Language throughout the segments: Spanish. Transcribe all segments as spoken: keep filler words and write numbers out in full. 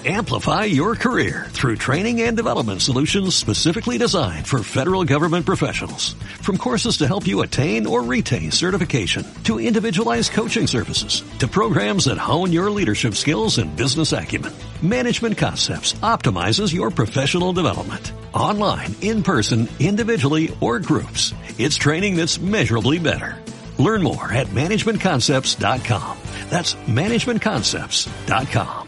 Amplify your career through training and development solutions specifically designed for federal government professionals. From courses to help you attain or retain certification, to individualized coaching services, to programs that hone your leadership skills and business acumen, Management Concepts optimizes your professional development. Online, in person, individually, or groups, it's training that's measurably better. Learn more at management concepts dot com. That's management concepts dot com.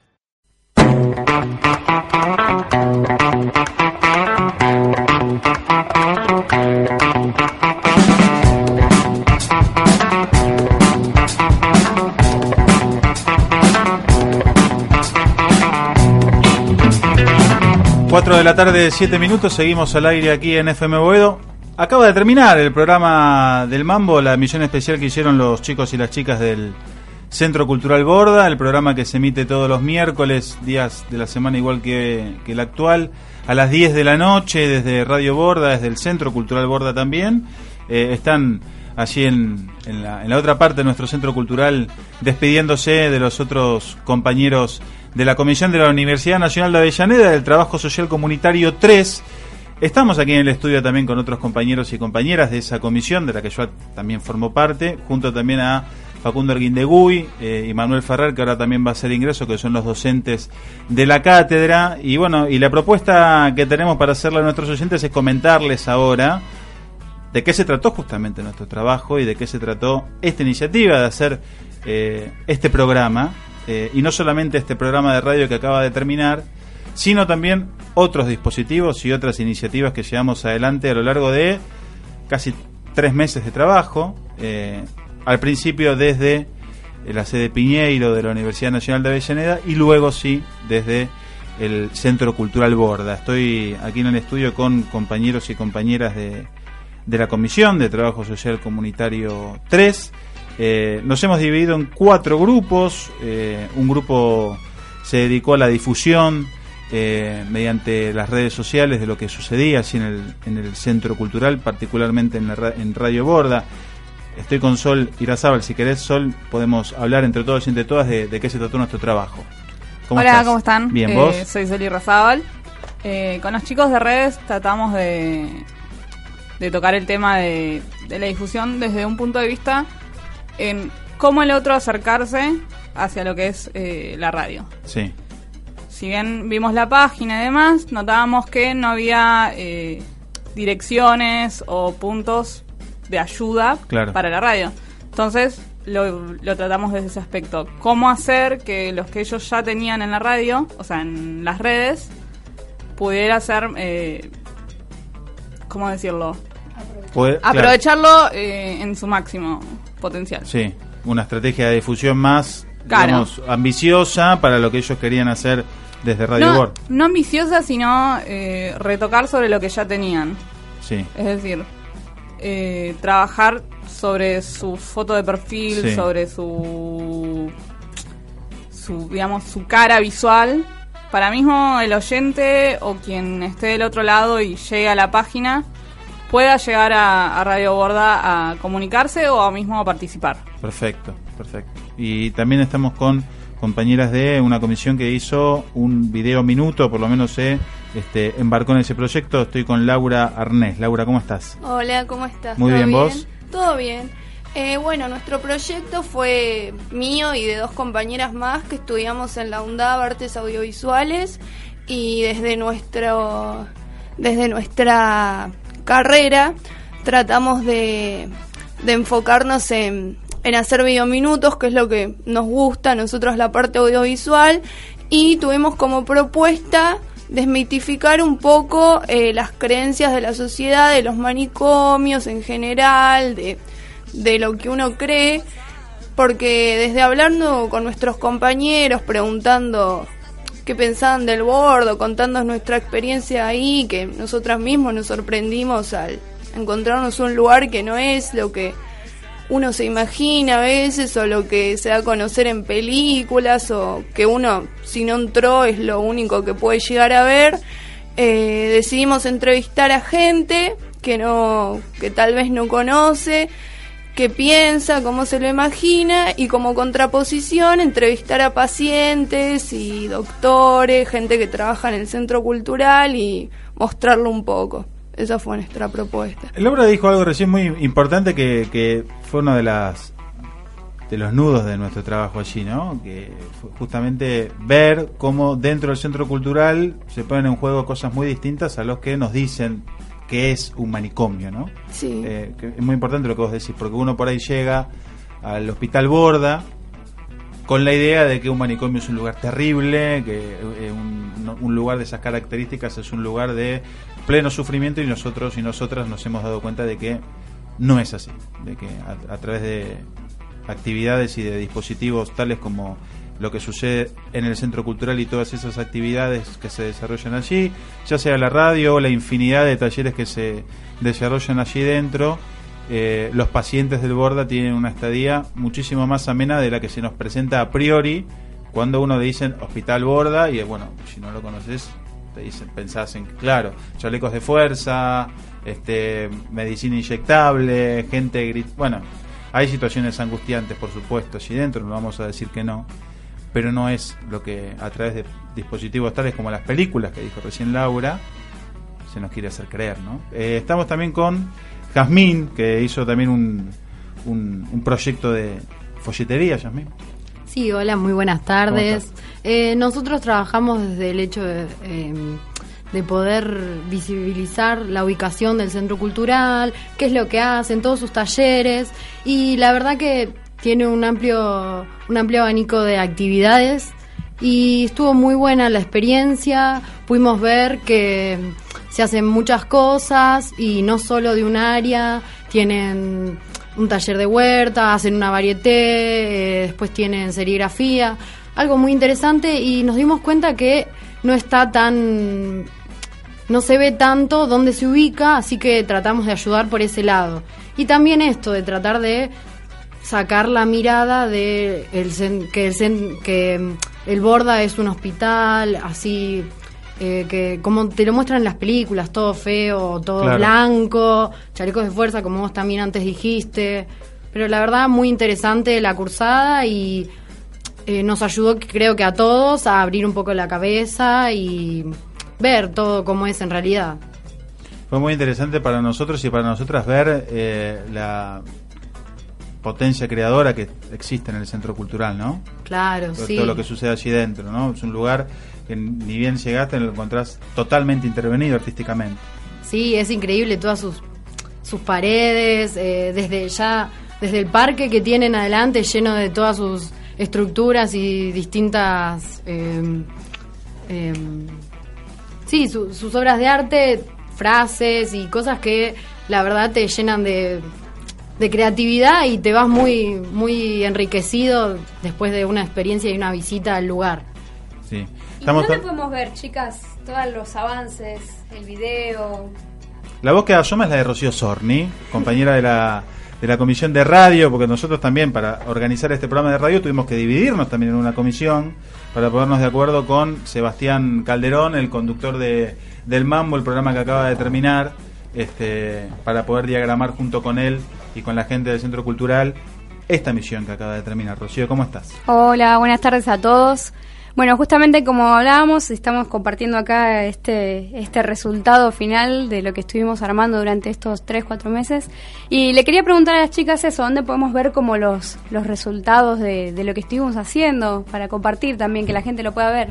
cuatro de la tarde, siete minutos, seguimos al aire aquí en F M Boedo. Acaba de terminar el programa del Mambo, la emisión especial que hicieron los chicos y las chicas del Centro Cultural Borda, el programa que se emite todos los miércoles, días de la semana igual que, que el actual, a las diez de la noche desde Radio Borda, desde el Centro Cultural Borda también. Eh, están allí en, en, la, en la otra parte de nuestro centro cultural despidiéndose de los otros compañeros de la Comisión de la Universidad Nacional de Avellaneda del Trabajo Social Comunitario tres. Estamos aquí en el estudio también con otros compañeros y compañeras de esa comisión, de la que yo también formo parte, junto también a Facundo Arguindeguy eh, y Manuel Ferrer, que ahora también va a hacer ingreso, que son los docentes de la cátedra. Y bueno, y la propuesta que tenemos para hacerle a nuestros oyentes es comentarles ahora de qué se trató justamente nuestro trabajo y de qué se trató esta iniciativa de hacer eh, este programa, eh, y no solamente este programa de radio que acaba de terminar, sino también otros dispositivos y otras iniciativas que llevamos adelante a lo largo de casi tres meses de trabajo, eh, al principio desde la sede Piñeiro de la Universidad Nacional de Avellaneda y luego sí desde el Centro Cultural Borda. Estoy aquí en el estudio con compañeros y compañeras de, de la Comisión de Trabajo Social Comunitario tres. Eh, nos hemos dividido en cuatro grupos. Eh, un grupo se dedicó a la difusión Eh, mediante las redes sociales de lo que sucedía así en el, en el Centro Cultural, particularmente en, la, en Radio Borda. Estoy con Sol Irazábal. Si querés, Sol, podemos hablar entre todos y entre todas de, de qué se trató nuestro trabajo. ¿Cómo Hola, estás? ¿Cómo están? Bien, eh, ¿vos? Soy Sol Irazábal. Eh, con los chicos de redes tratamos de, de tocar el tema de, de la difusión desde un punto de vista en cómo el otro acercarse hacia lo que es eh, la radio. Sí. Si bien vimos la página y demás, notábamos que no había eh, direcciones o puntos de ayuda claro. para la radio. Entonces lo, lo tratamos desde ese aspecto. ¿Cómo hacer que los que ellos ya tenían en la radio, o sea, en las redes, pudiera ser, eh, ¿cómo decirlo? Puede, Aprovecharlo claro. eh, en su máximo potencial. Sí, una estrategia de difusión más, claro. digamos, ambiciosa para lo que ellos querían hacer desde Radio no, Borda. No ambiciosa, sino eh, retocar sobre lo que ya tenían. Sí. Es decir, eh, trabajar sobre su foto de perfil, sí. sobre su, su, digamos, su cara visual. Para mismo el oyente o quien esté del otro lado y llegue a la página pueda llegar a, a Radio Borda a comunicarse o mismo a participar. Perfecto, perfecto. Y también estamos con compañeras de una comisión que hizo un video minuto, por lo menos se este, embarcó en ese proyecto. Estoy con Laura Arnés. Laura, ¿cómo estás? Hola, ¿cómo estás? Muy bien, bien, ¿vos? Todo bien. Eh, bueno, nuestro proyecto fue mío y de dos compañeras más que estudiamos en la UNDAV Artes Audiovisuales, y desde nuestro desde nuestra carrera tratamos de, de enfocarnos en en hacer videominutos, que es lo que nos gusta a nosotros, la parte audiovisual, y tuvimos como propuesta desmitificar un poco eh, las creencias de la sociedad, de los manicomios en general, de, de lo que uno cree, porque desde hablando con nuestros compañeros, preguntando qué pensaban del bordo, contando nuestra experiencia ahí, que nosotras mismos nos sorprendimos al encontrarnos un lugar que no es lo que uno se imagina a veces, o lo que se da a conocer en películas, o que uno, si no entró, es lo único que puede llegar a ver. Eh, decidimos entrevistar a gente que no, que tal vez no conoce, qué piensa, cómo se lo imagina, y como contraposición entrevistar a pacientes y doctores, gente que trabaja en el centro cultural y mostrarlo un poco. Esa fue nuestra propuesta. Laura dijo algo recién muy importante que, que fue uno de las de los nudos de nuestro trabajo allí, ¿no? Que fue justamente ver cómo dentro del centro cultural se ponen en juego cosas muy distintas a los que nos dicen que es un manicomio, ¿no? Sí. Eh, que es muy importante lo que vos decís, porque uno por ahí llega al Hospital Borda con la idea de que un manicomio es un lugar terrible, que eh, un, un lugar de esas características es un lugar de pleno sufrimiento, y nosotros y nosotras nos hemos dado cuenta de que no es así, de que a, a través de actividades y de dispositivos tales como lo que sucede en el centro cultural y todas esas actividades que se desarrollan allí, ya sea la radio o la infinidad de talleres que se desarrollan allí dentro, eh, los pacientes del Borda tienen una estadía muchísimo más amena de la que se nos presenta a priori cuando uno le dicen Hospital Borda, y bueno, si no lo conoces te dicen, pensás en, claro, chalecos de fuerza, este, medicina inyectable, gente grit... bueno, hay situaciones angustiantes, por supuesto, allí dentro, no vamos a decir que no, pero no es lo que a través de dispositivos tales como las películas que dijo recién Laura se nos quiere hacer creer, ¿no? Eh, estamos también con Jazmín, que hizo también un, un, un proyecto de folletería. Jazmín. Sí, hola, muy buenas tardes. Eh, nosotros trabajamos desde el hecho de... Eh, de poder visibilizar la ubicación del centro cultural, qué es lo que hacen, todos sus talleres, y la verdad que tiene un amplio un amplio abanico de actividades, y estuvo muy buena la experiencia. Pudimos ver que se hacen muchas cosas y no solo de un área, tienen un taller de huerta, hacen una varieté, eh, después tienen serigrafía, algo muy interesante, y nos dimos cuenta que no está tan... no se ve tanto dónde se ubica, así que tratamos de ayudar por ese lado. Y también esto de tratar de sacar la mirada de el cen, que, el cen, que el Borda es un hospital, así eh, que como te lo muestran en las películas, todo feo, todo claro, blanco, chalecos de fuerza, como vos también antes dijiste. Pero la verdad, muy interesante la cursada, y eh, nos ayudó, creo que a todos, a abrir un poco la cabeza y ver todo como es en realidad. Fue muy interesante para nosotros y para nosotras ver eh, la potencia creadora que existe en el centro cultural, ¿no? Claro, todo, sí. Todo lo que sucede allí dentro, ¿no? Es un lugar que ni bien llegaste lo encontrás totalmente intervenido artísticamente. Sí, es increíble todas sus sus paredes, eh, desde ya desde el parque que tienen adelante, lleno de todas sus estructuras y distintas eh, eh, sí, su, sus obras de arte, frases y cosas que la verdad te llenan de, de creatividad, y te vas muy muy enriquecido después de una experiencia y una visita al lugar. Sí. ¿Y dónde podemos ver, chicas, todos los avances, el video? La voz que asoma es la de Rocío Sorni, compañera de la de la comisión de radio, porque nosotros también para organizar este programa de radio tuvimos que dividirnos también en una comisión para ponernos de acuerdo con Sebastián Calderón, el conductor de del Mambo, el programa que acaba de terminar, este, para poder diagramar junto con él y con la gente del Centro Cultural esta misión que acaba de terminar. Rocío, ¿cómo estás? Hola, buenas tardes a todos. Bueno, justamente como hablábamos, estamos compartiendo acá este este resultado final de lo que estuvimos armando durante estos tres, cuatro meses. Y le quería preguntar a las chicas eso, ¿dónde podemos ver como los, los resultados de, de lo que estuvimos haciendo para compartir también, que la gente lo pueda ver?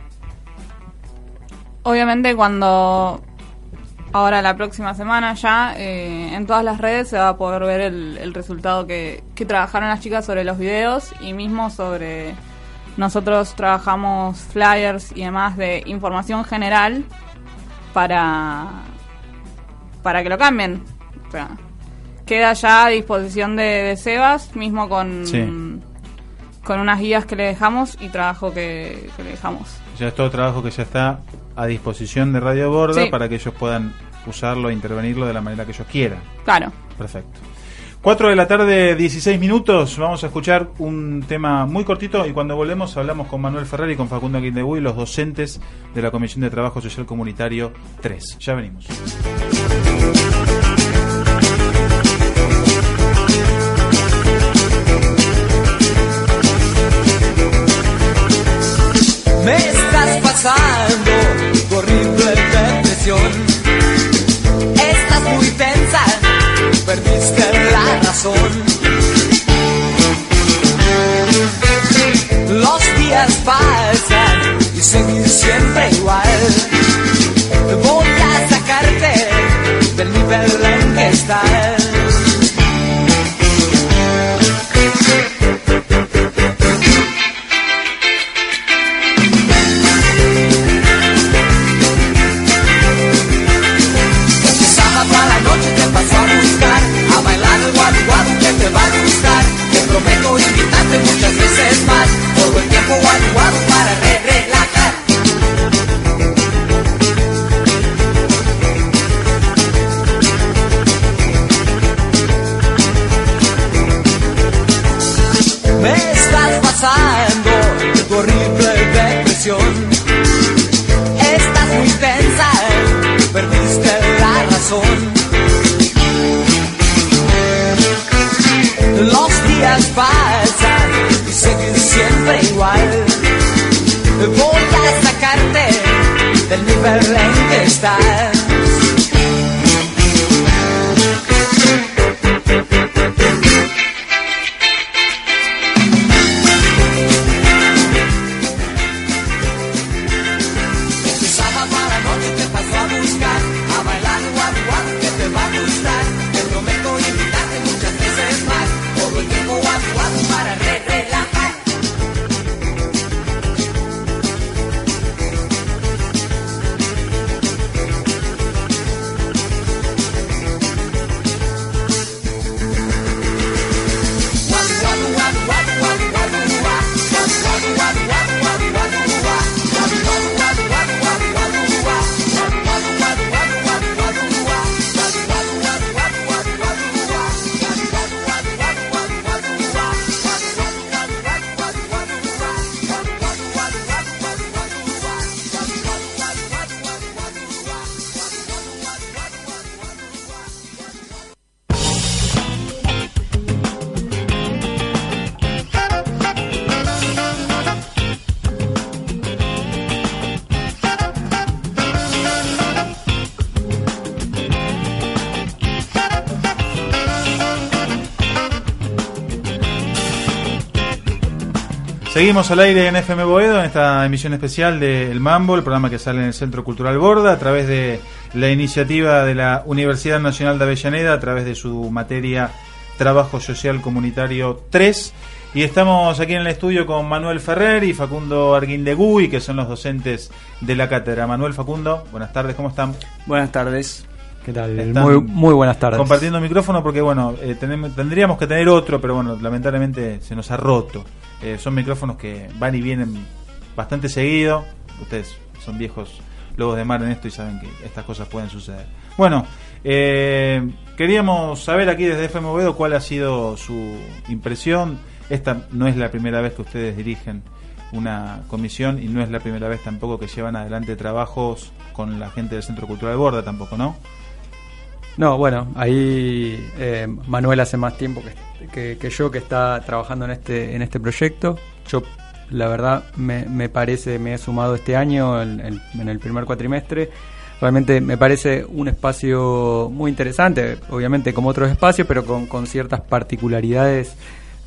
Obviamente cuando... Ahora la próxima semana ya eh, en todas las redes se va a poder ver el, el resultado que, que trabajaron las chicas sobre los videos, y mismo sobre... Nosotros trabajamos flyers y demás de información general para para que lo cambien. O sea, queda ya a disposición de, de Sebas, mismo con, sí. con unas guías que le dejamos y trabajo que, que le dejamos. Ya es todo trabajo que ya está a disposición de Radio Borda, sí, para que ellos puedan usarlo e intervenirlo de la manera que ellos quieran. Claro. Perfecto. cuatro de la tarde, dieciséis minutos. Vamos a escuchar un tema muy cortito, y cuando volvemos hablamos con Manuel Ferrer y con Facundo Quindebuy, los docentes de la Comisión de Trabajo Social Comunitario tres. Ya venimos. pasando tu horrible depresión. Estás muy tensa, perdiste la razón. Los días pasan y seguir siempre igual. Voy a sacarte del nivel en que estás. Prometo invitarte muchas veces más. Todo el tiempo guadu guadu para re relajar. Me estás pasando tu horrible depresión. Estás muy tensa, perdiste la razón. Los días pasan y seguir siempre igual. Voy a sacarte del nivel en que estás. Este sábado a la noche te paso a buscar, a bailar guadu guadu que te va a gustar. Te prometo invitarte muchas veces más. Todo el tiempo guadu guadu para re relajar. Guadu guadu guadu guadu guadu guadu gua. Guadu guadu guadu guadu guadu guadu gua. Guadu guadu guadu guadu guadu guadu gua. Guadu guadu guadu guadu guadu guadu gua. Guadu guadu guadu guadu guadu guadu gua. Guadu guadu guadu guadu guadu guadu gua. Guadu guadu guadu guadu guadu guadu gua. Guadu guadu guadu guadu guadu guadu gua. Guadu guadu guadu guadu Seguimos al aire en F M Boedo en esta emisión especial de El Mambo, el programa que sale en el Centro Cultural Borda a través de la iniciativa de la Universidad Nacional de Avellaneda, a través de su materia Trabajo Social Comunitario tres. Y estamos aquí en el estudio con Manuel Ferrer y Facundo Arguindegui, que son los docentes de la cátedra. Manuel, Facundo, buenas tardes, ¿cómo están? Buenas tardes. ¿Qué tal? Están Muy, muy buenas tardes. Compartiendo micrófono porque, bueno, eh, tenemos, tendríamos que tener otro, pero bueno, lamentablemente se nos ha roto. Eh, son micrófonos que van y vienen bastante seguido. Ustedes son viejos lobos de mar en esto y saben que estas cosas pueden suceder. Bueno, eh, queríamos saber aquí desde F M Boedo cuál ha sido su impresión. Esta no es la primera vez que ustedes dirigen una comisión y no es la primera vez tampoco que llevan adelante trabajos con la gente del Centro Cultural Borda tampoco, ¿no? No, bueno, ahí eh, Manuel hace más tiempo que, que, que yo que está trabajando en este en este proyecto. Yo, la verdad, me, me parece, me he sumado este año en, en, en el primer cuatrimestre. Realmente me parece un espacio muy interesante, obviamente como otros espacios, pero con, con ciertas particularidades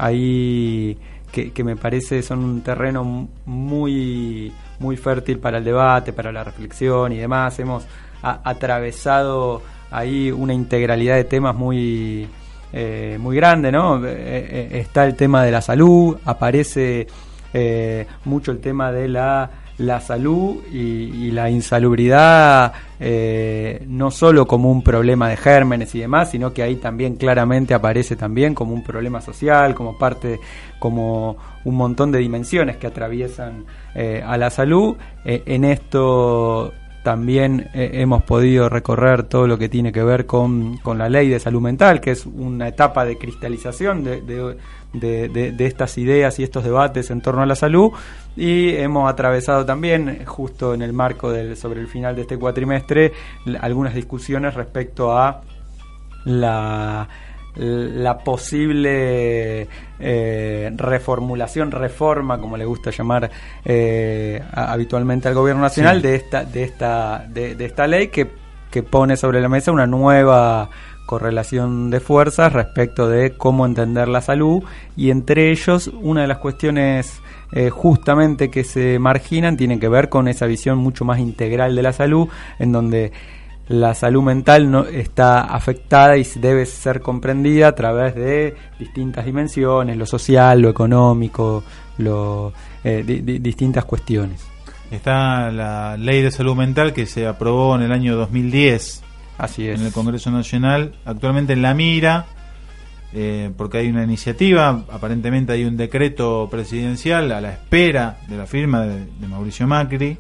ahí que, que me parece son un terreno muy, muy fértil para el debate, para la reflexión y demás. Hemos a, atravesado ahí una integralidad de temas muy eh, muy grande, ¿no? Eh, eh, está el tema de la salud, aparece eh, mucho el tema de la, la salud y, y la insalubridad, eh, no solo como un problema de gérmenes y demás, sino que ahí también claramente aparece también como un problema social, como parte, como un montón de dimensiones que atraviesan eh, a la salud. Eh, en esto también eh, hemos podido recorrer todo lo que tiene que ver con, con la ley de salud mental, que es una etapa de cristalización de, de, de, de, de estas ideas y estos debates en torno a la salud, y hemos atravesado también, justo en el marco del, sobre el final de este cuatrimestre, algunas discusiones respecto a la la posible eh, reformulación, reforma, como le gusta llamar eh, a, habitualmente al gobierno nacional, sí. de esta de esta de, de esta ley que, que pone sobre la mesa una nueva correlación de fuerzas respecto de cómo entender la salud, y entre ellos una de las cuestiones eh, justamente que se marginan tiene que ver con esa visión mucho más integral de la salud, en donde la salud mental no está afectada y debe ser comprendida a través de distintas dimensiones, lo social, lo económico, lo, eh, di, di, distintas cuestiones. Está la Ley de Salud Mental que se aprobó en el año dos mil diez. Así es. En el Congreso Nacional, actualmente en la mira, eh, porque hay una iniciativa, aparentemente hay un decreto presidencial a la espera de la firma de, de Mauricio Macri,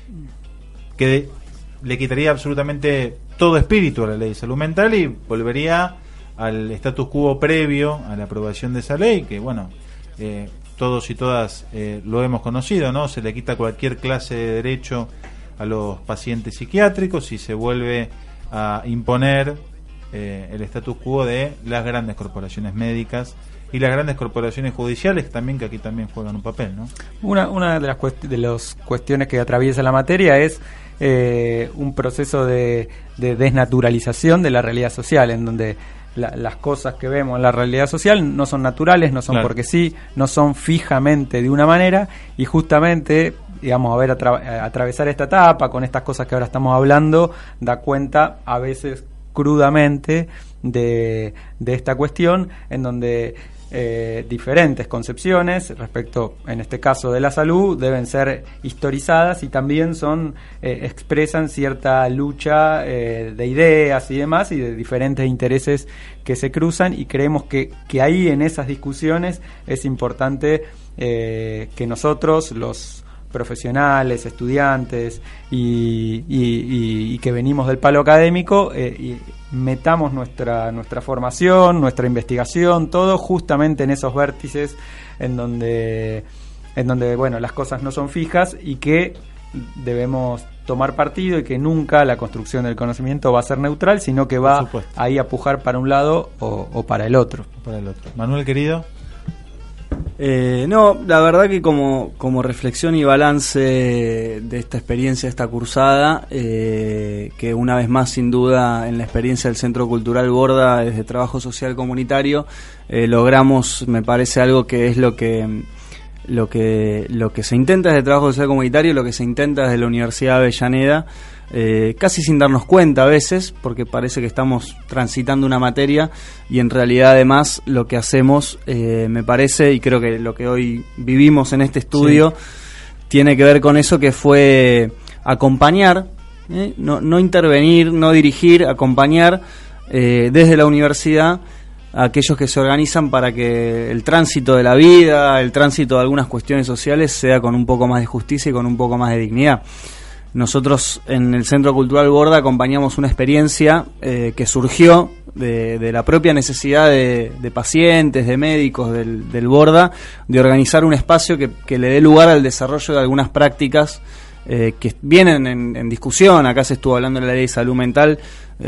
que de, le quitaría absolutamente todo espíritu a la Ley de Salud Mental y volvería al status quo previo a la aprobación de esa ley, que bueno, eh, todos y todas eh, lo hemos conocido, ¿no? Se le quita cualquier clase de derecho a los pacientes psiquiátricos y se vuelve a imponer eh, el status quo de las grandes corporaciones médicas y las grandes corporaciones judiciales también, que aquí también juegan un papel, ¿no? Una, una de las cuest- de las cuestiones que atraviesa la materia es eh, un proceso de, de desnaturalización de la realidad social, en donde la, las cosas que vemos en la realidad social no son naturales, no son claro. porque sí, no son fijamente de una manera, y justamente, digamos, a ver, atra- atravesar esta etapa con estas cosas que ahora estamos hablando, da cuenta a veces crudamente de, de esta cuestión, en donde eh, diferentes concepciones respecto, en este caso de la salud, deben ser historizadas y también son eh, expresan cierta lucha eh, de ideas y demás, y de diferentes intereses que se cruzan, y creemos que, que ahí en esas discusiones es importante eh, que nosotros, los profesionales, estudiantes y, y, y, y que venimos del palo académico, eh, y metamos nuestra nuestra formación, nuestra investigación, todo justamente en esos vértices en donde en donde bueno, las cosas no son fijas y que debemos tomar partido, y que nunca la construcción del conocimiento va a ser neutral, sino que va ahí a pujar para un lado o, o para el otro. Para el otro. Manuel, querido. Eh, no, la verdad que como, como reflexión y balance de esta experiencia, esta cursada, eh, que una vez más sin duda en la experiencia del Centro Cultural Borda desde Trabajo Social Comunitario, eh, logramos, me parece, algo que es lo que lo que lo que se intenta desde Trabajo Social Comunitario, lo que se intenta desde la Universidad de Avellaneda, eh, casi sin darnos cuenta a veces, porque parece que estamos transitando una materia y en realidad además lo que hacemos, eh, me parece, y creo que lo que hoy vivimos en este estudio, sí, tiene que ver con eso, que fue acompañar, eh, no, no intervenir, no dirigir, acompañar eh, desde la universidad a aquellos que se organizan para que el tránsito de la vida, el tránsito de algunas cuestiones sociales sea con un poco más de justicia y con un poco más de dignidad. Nosotros en el Centro Cultural Borda acompañamos una experiencia eh, que surgió de, de la propia necesidad de, de pacientes, de médicos del, del Borda, de organizar un espacio que, que le dé lugar al desarrollo de algunas prácticas eh, que vienen en, en discusión. Acá se estuvo hablando de la Ley de Salud Mental.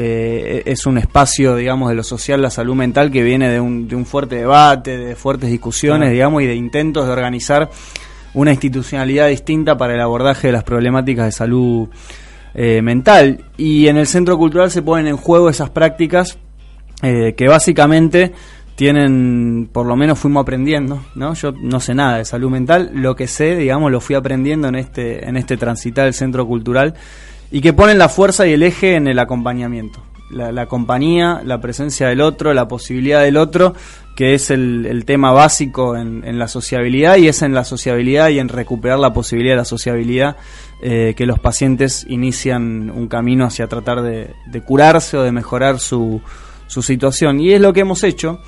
Eh, es un espacio, digamos, de lo social, la salud mental, que viene de un, de un fuerte debate, de fuertes discusiones, claro, digamos, y de intentos de organizar una institucionalidad distinta para el abordaje de las problemáticas de salud eh, mental. Y en el Centro Cultural se ponen en juego esas prácticas eh, que básicamente tienen, por lo menos fuimos aprendiendo, ¿no? Yo no sé nada de salud mental, lo que sé, digamos, lo fui aprendiendo en este, en este transitar del Centro Cultural, y que ponen la fuerza y el eje en el acompañamiento. La, la compañía, la presencia del otro, la posibilidad del otro, que es el, el tema básico en, en la sociabilidad, y es en la sociabilidad y en recuperar la posibilidad de la sociabilidad eh, que los pacientes inician un camino hacia tratar de, de curarse o de mejorar su, su situación. Y es lo que hemos hecho.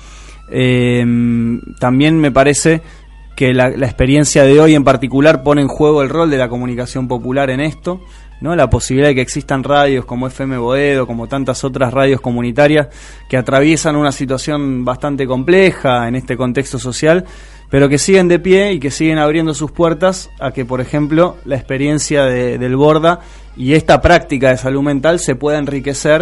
Eh, también me parece que la, la experiencia de hoy en particular pone en juego el rol de la comunicación popular en esto, ¿no? La posibilidad de que existan radios como F M Boedo, como tantas otras radios comunitarias que atraviesan una situación bastante compleja en este contexto social, pero que siguen de pie y que siguen abriendo sus puertas a que, por ejemplo, la experiencia de, del Borda y esta práctica de salud mental se pueda enriquecer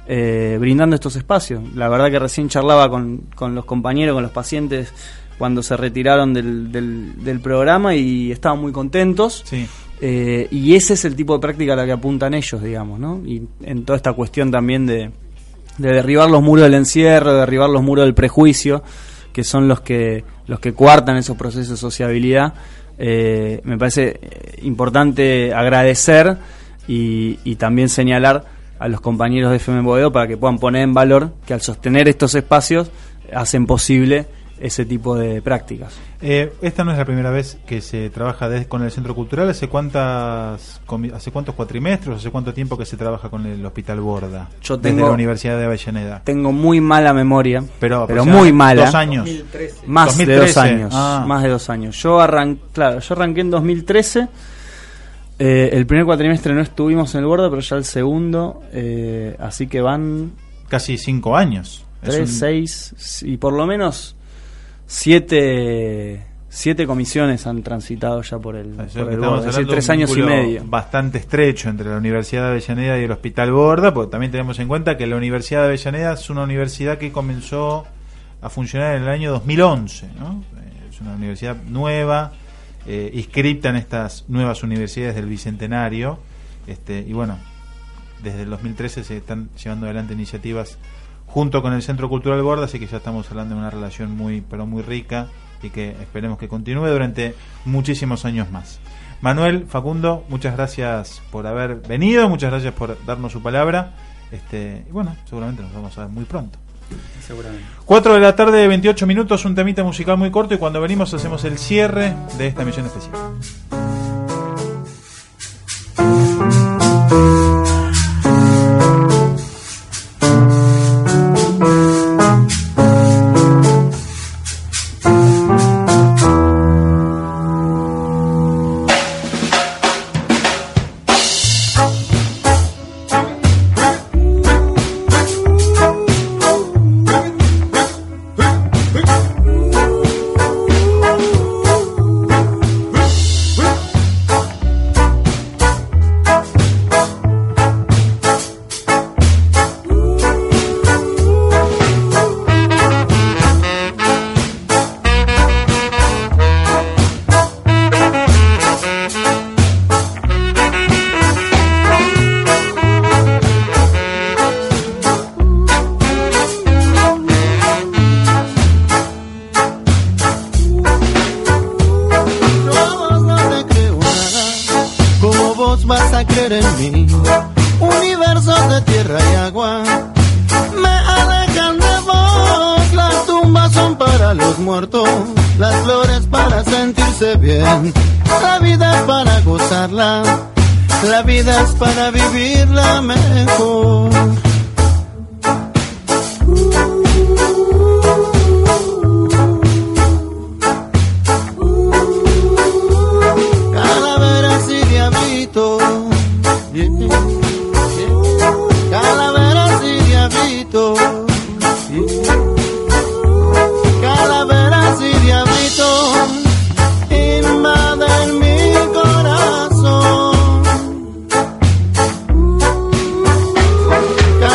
eh, brindando estos espacios. La verdad que recién charlaba con, con los compañeros, con los pacientes, cuando se retiraron del, del, del programa y estaban muy contentos. Sí. Eh, y ese es el tipo de práctica a la que apuntan ellos, digamos, ¿no? Y en toda esta cuestión también de, de derribar los muros del encierro, de derribar los muros del prejuicio, que son los que los que coartan esos procesos de sociabilidad. Eh, me parece importante agradecer y, y también señalar a los compañeros de F M Boedo para que puedan poner en valor que al sostener estos espacios hacen posible ese tipo de prácticas. Eh, esta no es la primera vez que se trabaja desde, con el Centro Cultural. ¿Hace cuántas comi- hace cuántos cuatrimestres, hace cuánto tiempo que se trabaja con el Hospital Borda? Yo desde tengo, la Universidad de Avellaneda. Tengo muy mala memoria, pero, pero muy mala. Dos años. dos mil trece. Más dos mil trece. de dos años. Ah. Más de dos años. Yo arranqué, claro, yo arranqué en dos mil trece. Eh, el primer cuatrimestre no estuvimos en el Borda, pero ya el segundo, eh, así que van casi cinco años. Tres, un... seis y por lo menos siete siete comisiones han transitado ya por el, Eso por que el estamos Borda, es decir, hablando de tres un años y vínculo medio. bastante estrecho entre la Universidad de Avellaneda y el Hospital Borda, porque también tenemos en cuenta que la Universidad de Avellaneda es una universidad que comenzó a funcionar en el año dos mil once, ¿no? Es una universidad nueva, eh, inscripta en estas nuevas universidades del Bicentenario, este, y bueno, desde el dos mil trece se están llevando adelante iniciativas junto con el Centro Cultural Borda, así que ya estamos hablando de una relación muy, pero muy rica y que esperemos que continúe durante muchísimos años más. Manuel, Facundo, muchas gracias por haber venido, muchas gracias por darnos su palabra, este, y bueno, seguramente nos vamos a ver muy pronto. Seguramente. cuatro de la tarde, veintiocho minutos, un temita musical muy corto y cuando venimos hacemos el cierre de esta emisión especial. La vida es para vivirla mejor. Calaveras y diablitos, calaveras y diablitos, calaveras y diablitos invaden mi corazón.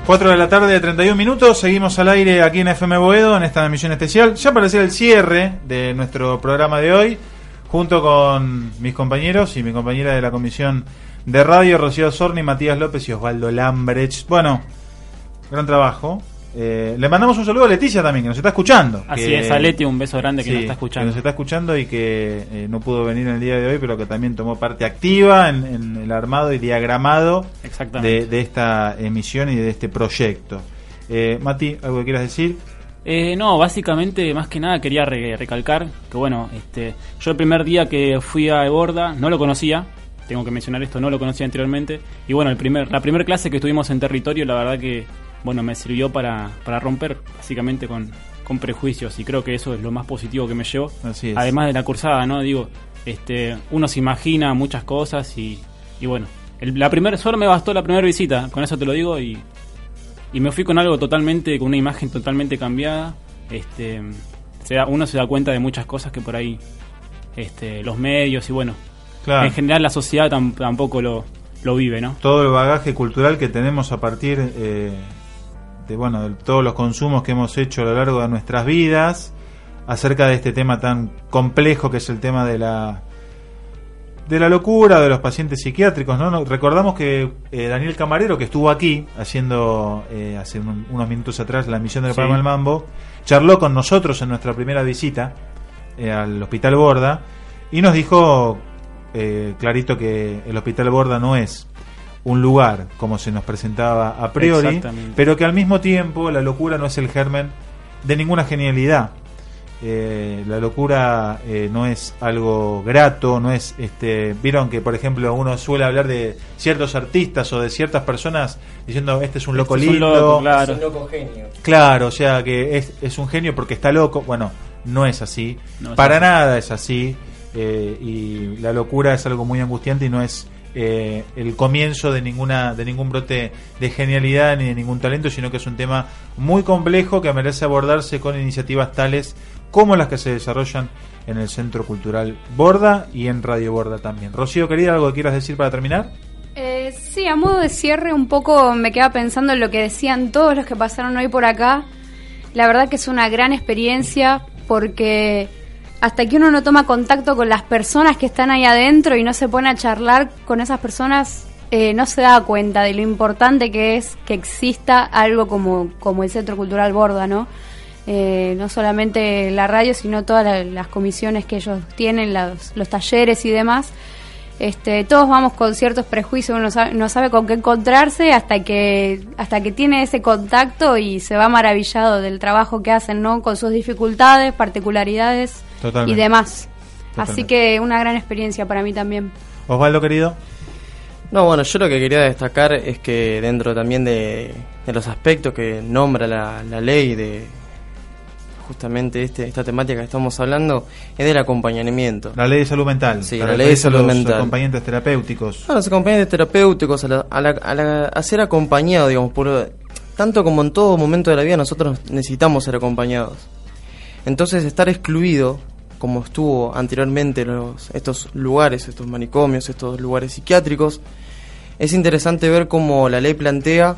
cuatro de la tarde, treinta y un minutos, seguimos al aire aquí en F M Boedo en esta emisión especial, ya para hacer el cierre de nuestro programa de hoy, junto con mis compañeros y mi compañera de la comisión de radio, Rocío Sorni, Matías López y Osvaldo Lambrecht. Bueno, gran trabajo. Eh, le mandamos un saludo a Leticia también, que nos está escuchando. Así que, es, a Leti un beso grande que sí, nos está escuchando. Que nos está escuchando y que eh, no pudo venir en el día de hoy, pero que también tomó parte activa en, en el armado y diagramado de, de esta emisión y de este proyecto. Eh, Mati, ¿algo que quieras decir? Eh, no, básicamente, más que nada quería re- recalcar que bueno, este, yo el primer día que fui a Eborda no lo conocía, tengo que mencionar esto, no lo conocía anteriormente, y bueno, el primer, la primera clase que estuvimos en territorio, la verdad que bueno, me sirvió para, para romper básicamente con, con prejuicios, y creo que eso es lo más positivo que me llevo. Así es. Además de la cursada, ¿no? Digo, este, uno se imagina muchas cosas y, y bueno, el, la primera, solo me bastó la primera visita, con eso te lo digo, y, y me fui con algo totalmente, con una imagen totalmente cambiada. Este, se da, uno se da cuenta de muchas cosas que por ahí, este, los medios y bueno, claro, en general la sociedad tam, tampoco lo, lo vive, ¿no? Todo el bagaje cultural que tenemos a partir eh, de, bueno, de todos los consumos que hemos hecho a lo largo de nuestras vidas acerca de este tema tan complejo que es el tema de la de la locura de los pacientes psiquiátricos, ¿no? No, recordamos que eh, Daniel Camarero, que estuvo aquí haciendo eh, hace un, unos minutos atrás la emisión del Sí. programa El Mambo, charló con nosotros en nuestra primera visita eh, al Hospital Borda y nos dijo eh, clarito que el Hospital Borda no es un lugar como se nos presentaba a priori, pero que al mismo tiempo la locura no es el germen de ninguna genialidad. Eh, la locura eh, no es algo grato, no es este, vieron que por ejemplo uno suele hablar de ciertos artistas o de ciertas personas diciendo este es un loco Este es un lindo, loco, claro. Es un loco genio. claro, o sea que es, es un genio porque está loco. Bueno, no es así, No es para así. nada es así, eh, y la locura es algo muy angustiante y no es eh, el comienzo de ninguna de ningún brote de genialidad ni de ningún talento, sino que es un tema muy complejo que merece abordarse con iniciativas tales como las que se desarrollan en el Centro Cultural Borda y en Radio Borda también. Rocío, querida, ¿algo que quieras decir para terminar? Eh, sí, a modo de cierre un poco me quedaba pensando en lo que decían todos los que pasaron hoy por acá. La verdad que es una gran experiencia porque hasta que uno no toma contacto con las personas que están ahí adentro y no se pone a charlar con esas personas, eh, no se da cuenta de lo importante que es que exista algo como, como el Centro Cultural Borda, ¿no? Eh, no solamente la radio, sino todas la, las comisiones que ellos tienen, los, los talleres y demás. Este, todos vamos con ciertos prejuicios, uno sabe, no sabe con qué encontrarse hasta que hasta que tiene ese contacto y se va maravillado del trabajo que hacen, ¿no? Con sus dificultades, particularidades Totalmente. y demás. Totalmente. Así que una gran experiencia para mí también. Osvaldo, querido. No, bueno, yo lo que quería destacar es que dentro también de, de los aspectos que nombra la, la ley de justamente este, esta temática que estamos hablando es del acompañamiento. La ley de salud mental. Sí, Para la ley de referirse a salud los mental. acompañantes terapéuticos. A los acompañantes terapéuticos, a, la, a, la, a, la, a ser acompañados, digamos, por, tanto como en todo momento de la vida nosotros necesitamos ser acompañados. Entonces estar excluido, como estuvo anteriormente los, estos lugares, estos manicomios, estos lugares psiquiátricos, es interesante ver cómo la ley plantea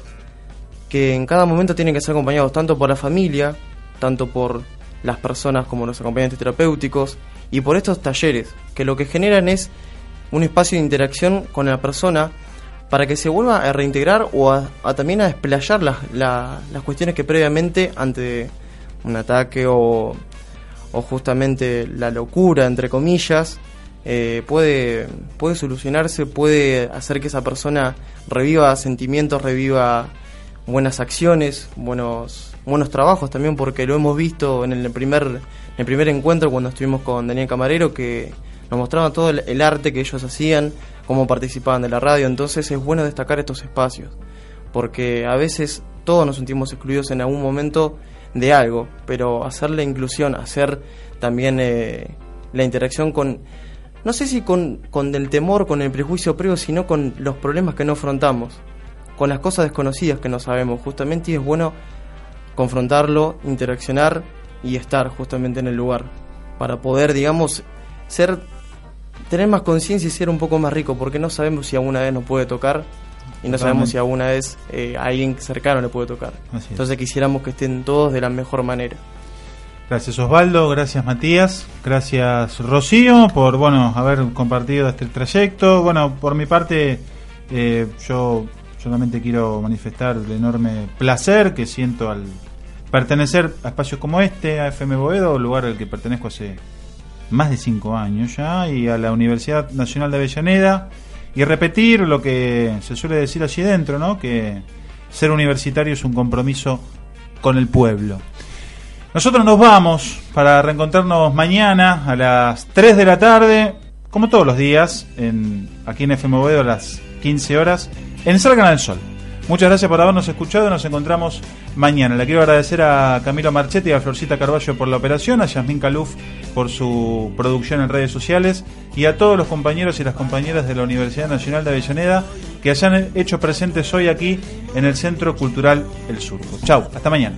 que en cada momento tienen que ser acompañados tanto por la familia, tanto por las personas como los acompañantes terapéuticos y por estos talleres, que lo que generan es un espacio de interacción con la persona para que se vuelva a reintegrar o a, a también a desplayar las, la, las cuestiones que previamente ante un ataque o, o justamente la locura, entre comillas, eh, puede, puede solucionarse, puede hacer que esa persona reviva sentimientos, reviva buenas acciones, buenos buenos trabajos también, porque lo hemos visto en el primer en el primer encuentro cuando estuvimos con Daniel Camarero, que nos mostraban todo el, el arte que ellos hacían, cómo participaban de la radio. Entonces es bueno destacar estos espacios, porque a veces todos nos sentimos excluidos en algún momento de algo, pero hacer la inclusión, hacer también eh, la interacción con, no sé si con, con el temor, con el prejuicio previo, sino con los problemas que no afrontamos, con las cosas desconocidas que no sabemos, justamente, y es bueno confrontarlo, interaccionar y estar justamente en el lugar para poder, digamos, ser tener más conciencia y ser un poco más rico, porque no sabemos si alguna vez nos puede tocar y no sabemos si alguna vez eh, a alguien cercano le puede tocar. Entonces quisiéramos que estén todos de la mejor manera. Gracias Osvaldo, gracias Matías, gracias Rocío por bueno haber compartido este trayecto. Bueno, por mi parte eh, yo solamente quiero manifestar el enorme placer que siento al pertenecer a espacios como este, a F M Boedo, lugar al que pertenezco hace más de cinco años ya, y a la Universidad Nacional de Avellaneda, y repetir lo que se suele decir allí dentro, ¿no? Que ser universitario es un compromiso con el pueblo. Nosotros nos vamos para reencontrarnos mañana a las tres de la tarde, como todos los días, en, aquí en F M Boedo a las quince horas, en Salgan al Sol. Muchas gracias por habernos escuchado, nos encontramos mañana. Le quiero agradecer a Camilo Marchetti y a Florcita Carballo por la operación, a Yasmín Caluf por su producción en redes sociales y a todos los compañeros y las compañeras de la Universidad Nacional de Avellaneda que hayan hecho presentes hoy aquí en el Centro Cultural El Surco. Chau, hasta mañana.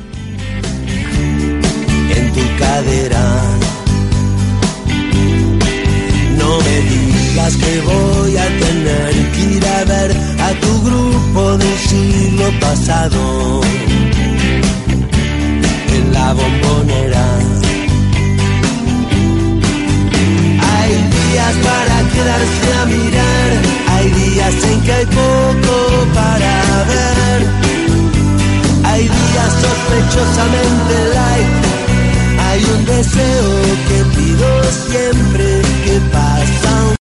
En tu cadera, no me digas que voy a tener que ir a ver a tu grupo del siglo pasado en la Bombonera. Hay días para quedarse a mirar, hay días en que hay poco para ver, hay días sospechosamente light. Hay un deseo que pido siempre que pasa.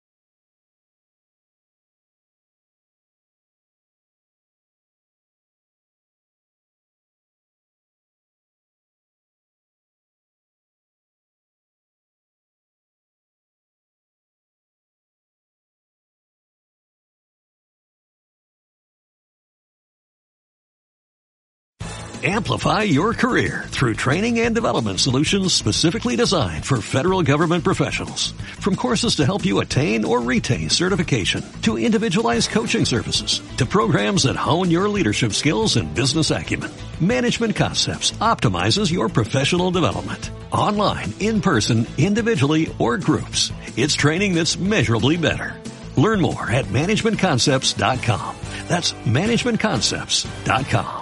Amplify your career through training and development solutions specifically designed for federal government professionals. From courses to help you attain or retain certification, to individualized coaching services, to programs that hone your leadership skills and business acumen, Management Concepts optimizes your professional development. Online, in person, individually, or groups, it's training that's measurably better. Learn more at management concepts dot com. That's management concepts dot com.